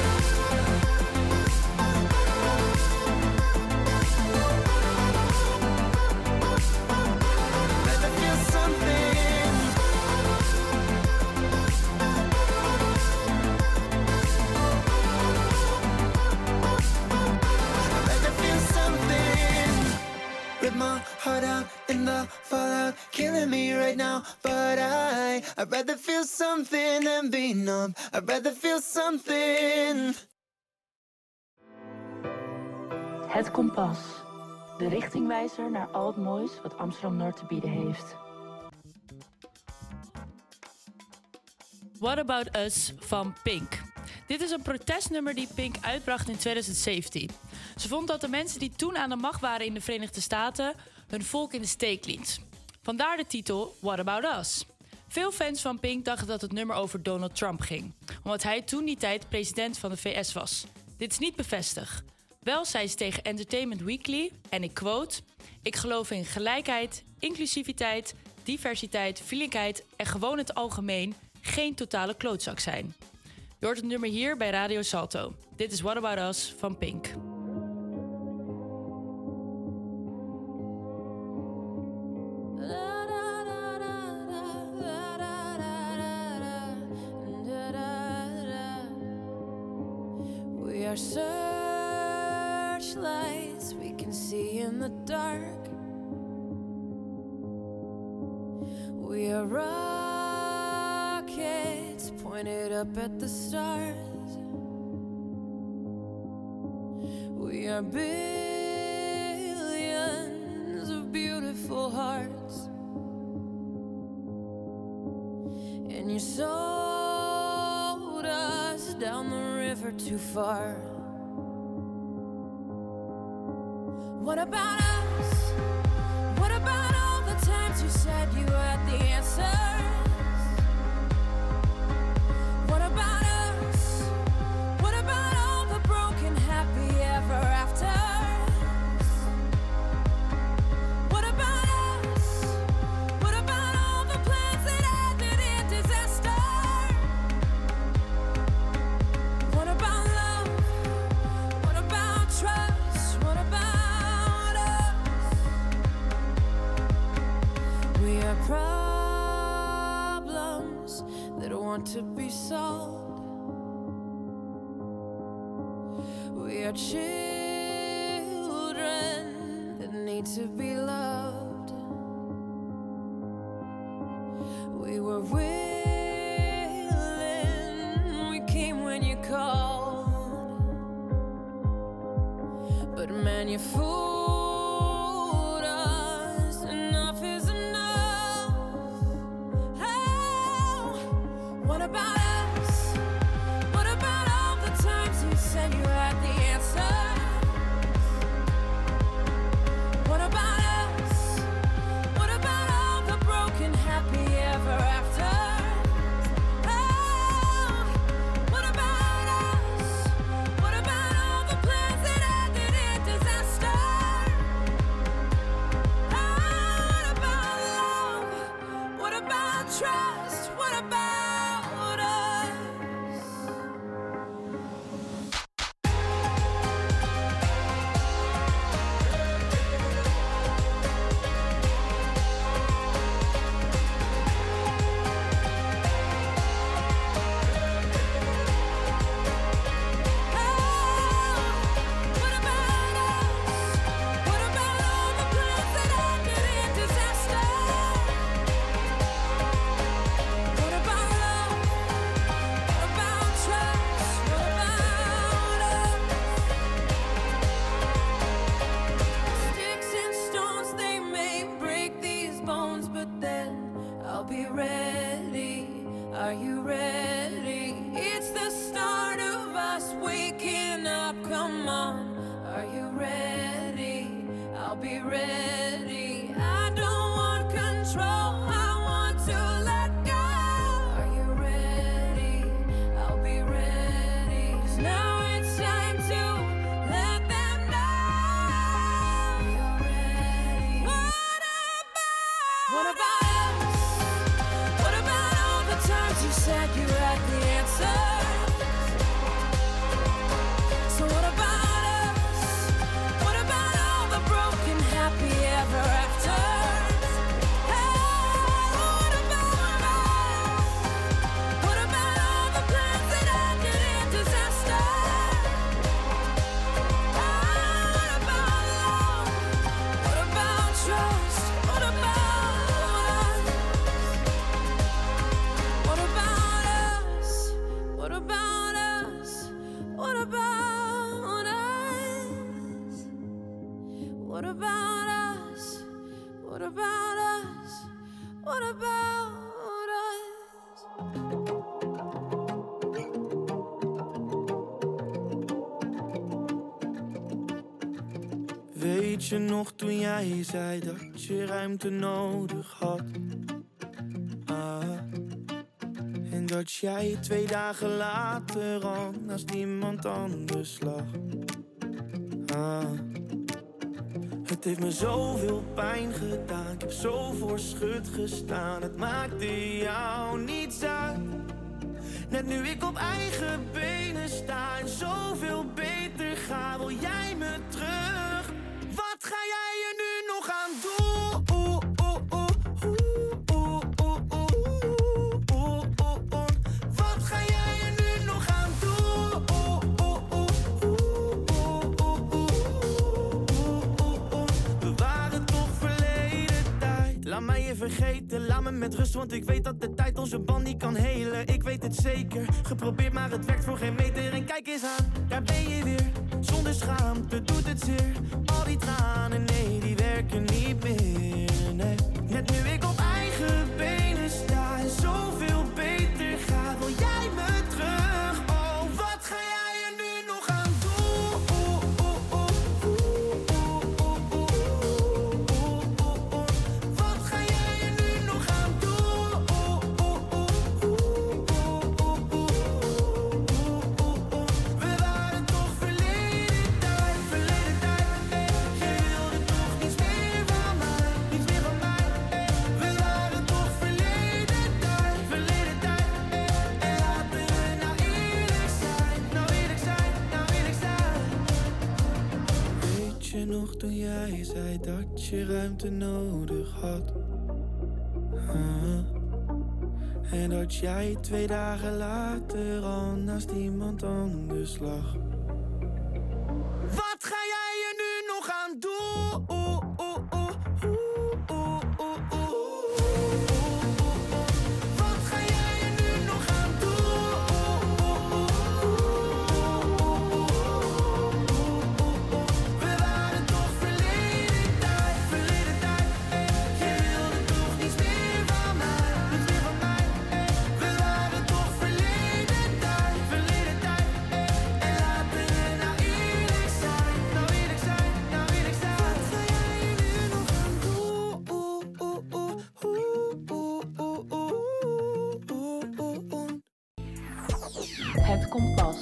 Rather feel something. I'd rather feel something. Rip my heart out in the fallout, killing me right now. But I, I'd rather feel something than be numb. I'd rather feel something. Het Kompas. De richtingwijzer naar al het moois wat Amsterdam-Noord te bieden heeft. What About Us van Pink. Dit is een protestnummer die Pink uitbracht in twintig zeventien. Ze vond dat de mensen die toen aan de macht waren in de Verenigde Staten hun volk in de steek liet. Vandaar de titel What About Us. Veel fans van Pink dachten dat het nummer over Donald Trump ging, omdat hij toen die tijd president van de V S was. Dit is niet bevestigd. Wel zei ze tegen Entertainment Weekly, en ik quote: "Ik geloof in gelijkheid, inclusiviteit, diversiteit, vriendelijkheid en gewoon het algemeen geen totale klootzak zijn." Je hoort het nummer hier bij Radio Salto. Dit is What About Us van Pink. We are searchlights we can see in the dark. We are rockets pointed up at the stars. We are billions of beautiful hearts. And you sold us down the river too far. What about us? What about all the times you said you had the answers? What about us? What about all the broken happy ever afters? What about us? What about all the plans that ended in disaster? What about love? What about trust? What about us? We are problems that want to be solved. We are children that need to be loved. We were willing, we came when you called. But man, you fooled us. Enough is come on. Are you ready? I'll be ready. I don't want control, I want to let go. Are you ready? I'll be ready. 'Cause now it's time to let them know you're ready. What about? What about us? What about all the times you said you had the answer? So what about us? What about all the broken happy ever afters? Hey, what about us? What about all the plans that ended in disaster? Ah, what about love? What about trust? What about us? What about us? What about us? What about us? What about us? What about us? What about us? Weet je nog toen jij zei dat je ruimte nodig had? Ah. En dat jij twee dagen later al naast iemand anders lag. Ah. Het heeft me zoveel pijn gedaan, ik heb zo voor schut gestaan. Het maakte jou niets uit. Net nu ik op eigen benen sta en zoveel beter ga, wil jij me terug? Wat ga jij er nu nog aan doen? Wat ga jij er nu nog aan doen? We waren toch verleden tijd. Laat mij je vergeten, laat me met rust, want ik weet dat de tijd onze band niet kan helen. Ik weet het zeker, geprobeerd maar het werkt voor geen meter. En kijk eens aan, daar ben je weer. Zonder schaamte doet het zeer. Al die tranen, nee, die werken niet meer, nee. Net nu ik op eigen benen sta en zoveel beter ga, wil jij me terug? Oh, wat ga jij er nu nog aan doen? Wat ga jij er nu nog aan doen? We waren toch verleden tijd, verleden tijd. Je wilde toch niets meer van mij, niets meer van mij. We waren toch verleden tijd, verleden tijd. En laten we nou eerlijk zijn, nou eerlijk zijn, nou eerlijk zijn. Weet je nog toen jij zei dat je ruimte nodig had? Ah. En dat jij twee dagen later al naast iemand anders lag. Wat ga jij er nu nog aan doen? Wat ga jij er nu nog aan doen? We waren toch verleden tijd, verleden tijd. Je wilde toch niets meer van mij, niets meer van mij. We waren toch verleden tijd, verleden tijd. En laten we nou eerlijk zijn, nou eerlijk zijn, nou eerlijk zijn. Wat ga jij er nu nog aan doen? Het Kompas.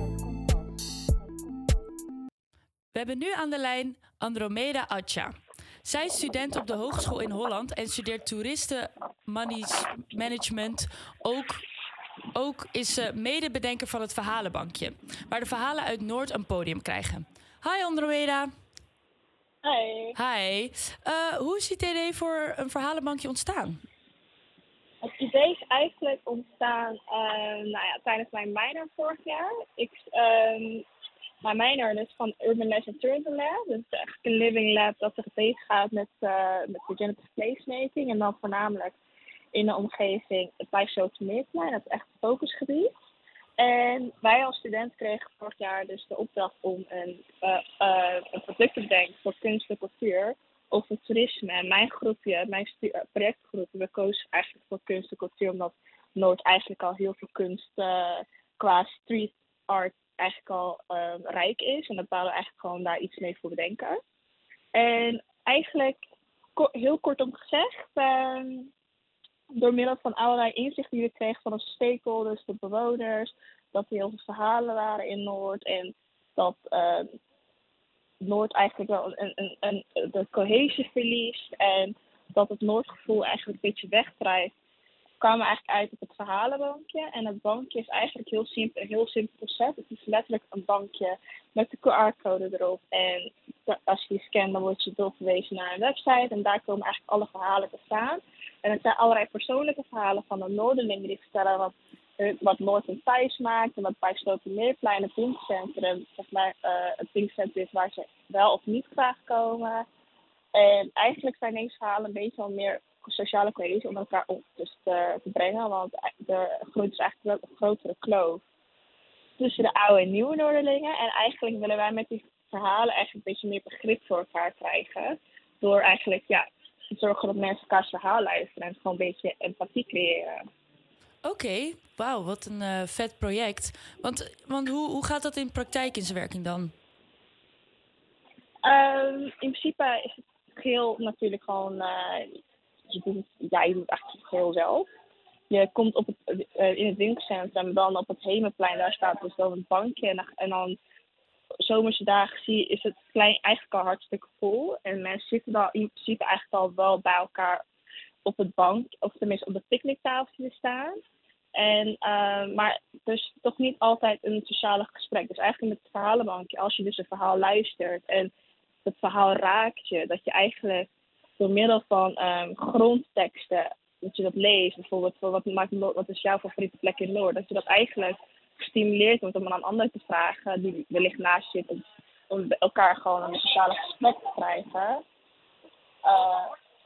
We hebben nu aan de lijn Andromeda Atja. Zij is student op de Hogeschool in Holland en studeert toeristenmanagement. Ook, ook is ze medebedenker van het Verhalenbankje, waar de verhalen uit Noord een podium krijgen. Hi Andromeda. Hi. Hi. Uh, hoe is het idee voor een Verhalenbankje ontstaan? Het idee is eigenlijk ontstaan uh, nou ja, tijdens mijn minor vorig jaar. Ik, um, mijn minor is van Urban Legend Tourism Lab. Dus echt een living lab dat zich bezighoudt met, uh, met regenerative placemaking. En dan voornamelijk in de omgeving bij Zoetermeerplein. Dat is echt het focusgebied. En wij als student kregen vorig jaar dus de opdracht om een, uh, uh, een product te bedenken voor kunst en cultuur over toerisme. En mijn groepje, mijn stu- uh, projectgroep, we kozen eigenlijk voor kunst en cultuur, omdat Noord eigenlijk al heel veel kunst uh, qua street art eigenlijk al um, rijk is. En dat we eigenlijk gewoon daar iets mee voor bedenken. En eigenlijk, ko- heel kortom gezegd, um, door middel van allerlei inzichten die we kregen van onze stakeholders, de bewoners, dat er heel veel verhalen waren in Noord en dat um, Noord eigenlijk wel een, een, een, een, de cohesie verliest en dat het Noordgevoel eigenlijk een beetje wegdrijft, kwamen we eigenlijk uit op het verhalenbankje. En het bankje is eigenlijk heel simpel, een heel simpel concept. Het is letterlijk een bankje met de Q R-code erop. En als je die scant, dan word je doorverwezen naar een website. En daar komen eigenlijk alle verhalen te staan. En het zijn allerlei persoonlijke verhalen van de Noorderlingen die vertellen wat, wat Noord en thuis maakt. En wat bij Slotermeerplein, het Pinkcentrum, zeg maar, uh, het Pinkcentrum is waar ze wel of niet graag komen. En eigenlijk zijn deze verhalen een beetje al meer sociale cohesie om elkaar op dus te, te brengen. Want er groeit dus eigenlijk wel een grotere kloof tussen de oude en nieuwe Noorderlingen. En eigenlijk willen wij met die verhalen eigenlijk een beetje meer begrip voor elkaar krijgen. Door eigenlijk ja, te zorgen dat mensen elkaars verhaal luisteren en gewoon een beetje empathie creëren. Oké, okay, wauw, wat een uh, vet project. Want, want hoe, hoe gaat dat in praktijk in zijn werking dan? Um, in principe is het geheel natuurlijk gewoon... Uh, je doet, ja, je doet het eigenlijk geheel zelf. Je komt op het, uh, in het winkelcentrum, dan op het Hemelplein, daar staat dus wel een bankje. En, en dan zomerse dagen zie je, is het plein eigenlijk al hartstikke vol. En mensen zitten dan in principe eigenlijk al wel bij elkaar op het bank, of tenminste op de picknicktafel staan. En, uh, maar dus toch niet altijd een sociale gesprek. Dus eigenlijk met het verhalenbankje, als je dus een verhaal luistert en het verhaal raakt je, dat je eigenlijk door middel van um, grondteksten, dat je dat leest, bijvoorbeeld wat, maakt, wat is jouw favoriete plek in Noord, dat je dat eigenlijk gestimuleerd wordt om aan een ander te vragen die wellicht naast je zit, om, om elkaar gewoon een sociale gesprek te krijgen. Uh,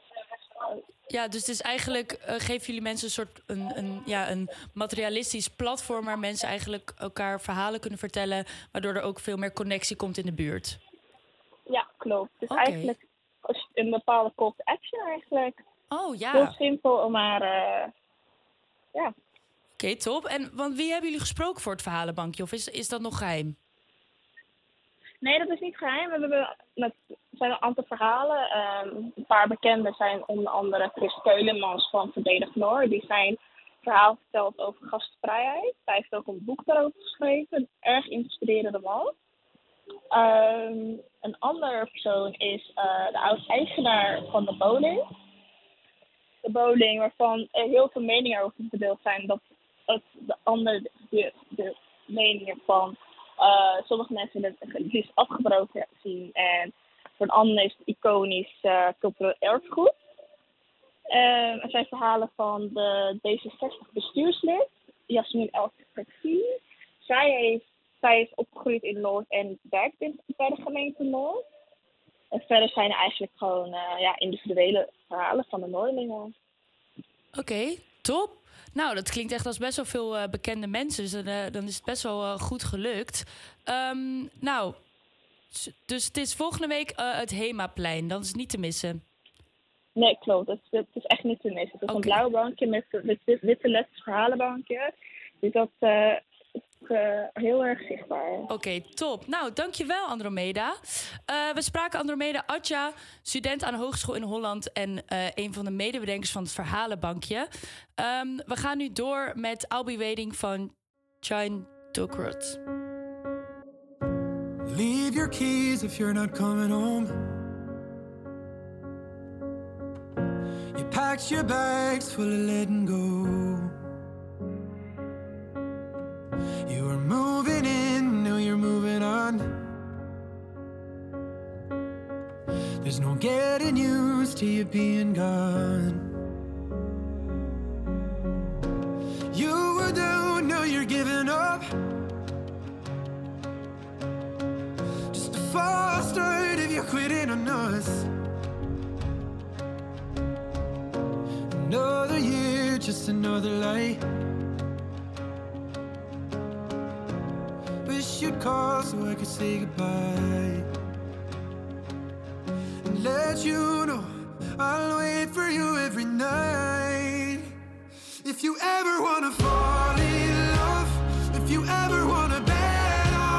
Ja, dus het is eigenlijk, uh, geven jullie mensen een soort een, een, ja, een materialistisch platform waar mensen eigenlijk elkaar verhalen kunnen vertellen, waardoor er ook veel meer connectie komt in de buurt. Ja, klopt. Dus okay. eigenlijk een bepaalde call to action eigenlijk. Oh ja. Heel simpel, maar uh, ja. Oké, okay, top. En want wie hebben jullie gesproken voor het verhalenbankje? Of is, is dat nog geheim? Nee, dat is niet geheim. We hebben met, er zijn een aantal verhalen. Um, een paar bekende zijn onder andere Chris Keulemans van Verdedig Noord. Die zijn verhaal verteld over gastvrijheid. Hij heeft ook een boek daarover geschreven. Een erg inspirerende man. Um, een andere persoon is uh, de oud-eigenaar van de bowling. De bowling waarvan er heel veel meningen over verdeeld zijn. Dat het de andere, de, de meningen van uh, sommige mensen het liefst afgebroken zien. En voor een ander is het iconisch uh, cultureel erfgoed. Um, er zijn verhalen van de D zesenzestig bestuurslid, Jasmin El-Khatfi. Zij heeft Zij is opgegroeid in Noord en werkt in, bij de gemeente Noord. En verder zijn er eigenlijk gewoon uh, ja, individuele verhalen van de Noordelingen. Oké, okay, top. Nou, dat klinkt echt als best wel veel uh, bekende mensen. Dus uh, dan is het best wel uh, goed gelukt. Um, nou, dus het is volgende week uh, het Hemaplein. Dat is niet te missen. Nee, klopt. Het, het is echt niet te missen. Het is okay. Een blauw bankje met, met witte letters verhalenbankje. Dus dat... Uh, Uh, heel erg zichtbaar. Oké, okay, top. Nou, dankjewel Andromeda. Uh, we spraken Andromeda Atja, student aan de Hogeschool in Holland en uh, een van de medebedenkers van het Verhalenbankje. Um, we gaan nu door met I'll Be Waiting van Chine Dukrut. Leave your keys if you're not coming home. You packed your bags full of letting go. You were moving in, now you're moving on. There's no getting used to you being gone. You were down, now you're giving up. Just a false start if you're quitting on us. Another year, just another lie. Wish you'd call so I could say goodbye and let you know I'll wait for you every night. If you ever wanna fall in love, if you ever wanna bet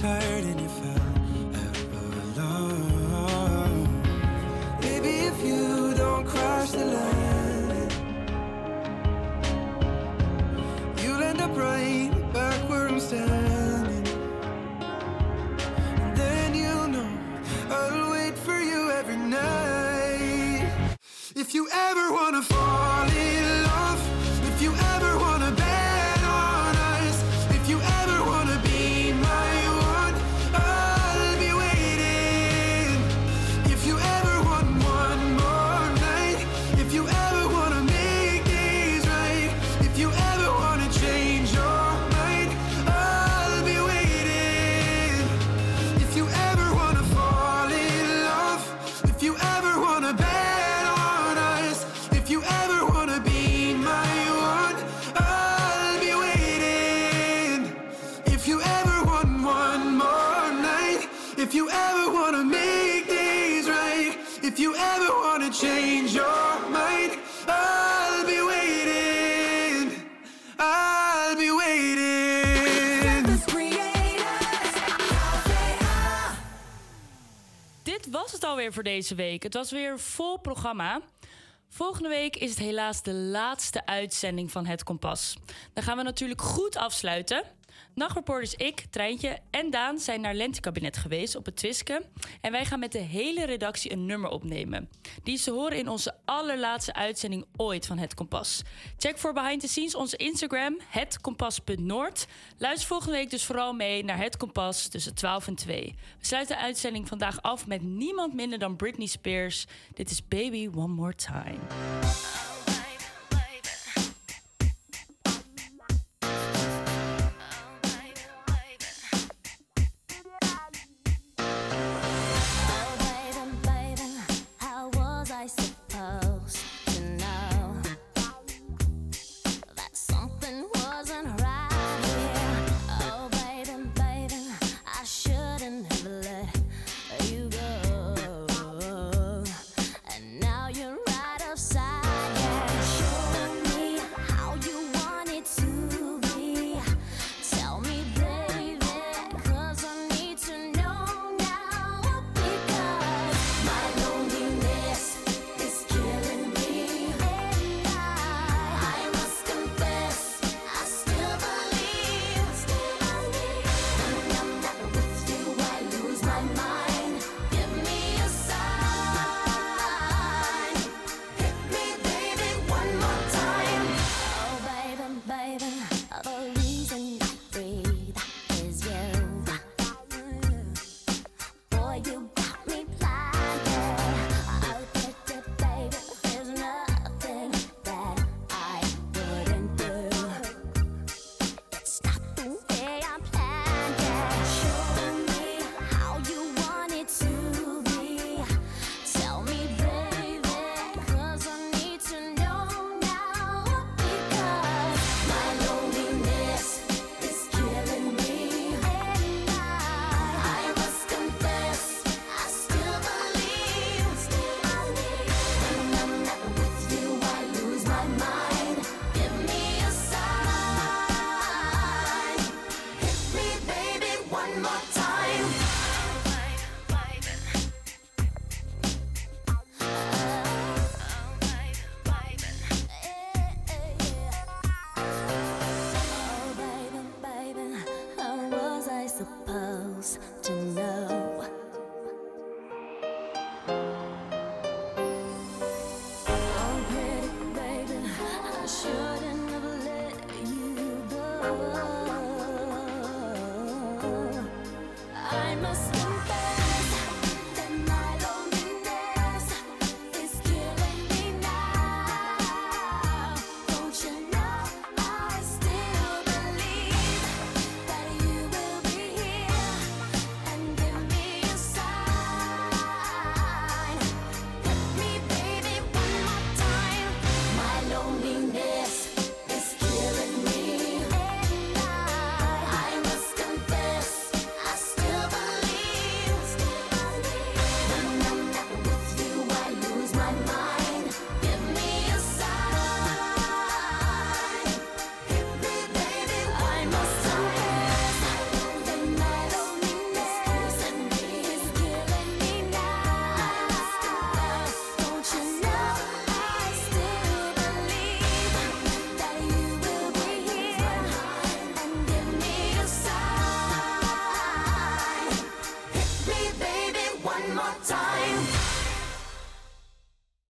tired and you fell out of love. Maybe if you don't crash the landing, you'll end up right back where I'm standing. And then you'll know I'll wait for you every night. If you ever wanna fall in love, if you ever wanna bet on us, if you ever wanna be my one, I'll be waiting. If you ever want one more night, if you ever wanna make things right, if you ever wanna change your mind, I'll be waiting. If you ever wanna fall in love, if you ever wanna bet on us, if you ever wanna be my one, I'll be waiting. If you ever want one more night, if you ever wanna make things right, if you ever wanna change your mind, I'll be waiting. I'll be waiting. Dit was het alweer voor deze week. Het was weer een vol programma. Volgende week is het helaas de laatste uitzending van Het Kompas. Dan gaan we natuurlijk goed afsluiten. Nachtreporters ik, Treintje en Daan zijn naar Lentekabinet geweest op het Twiske. En wij gaan met de hele redactie een nummer opnemen. Die is te horen in onze allerlaatste uitzending ooit van Het Kompas. Check voor behind the scenes onze Instagram, het kompas punt noord. Luister volgende week dus vooral mee naar Het Kompas tussen twaalf en twee. We sluiten de uitzending vandaag af met niemand minder dan Britney Spears. Dit is Baby One More Time. I supposed to know that something wasn't right here? Oh, baby, baby, I shouldn't have let you go. And now you're right upside down. time.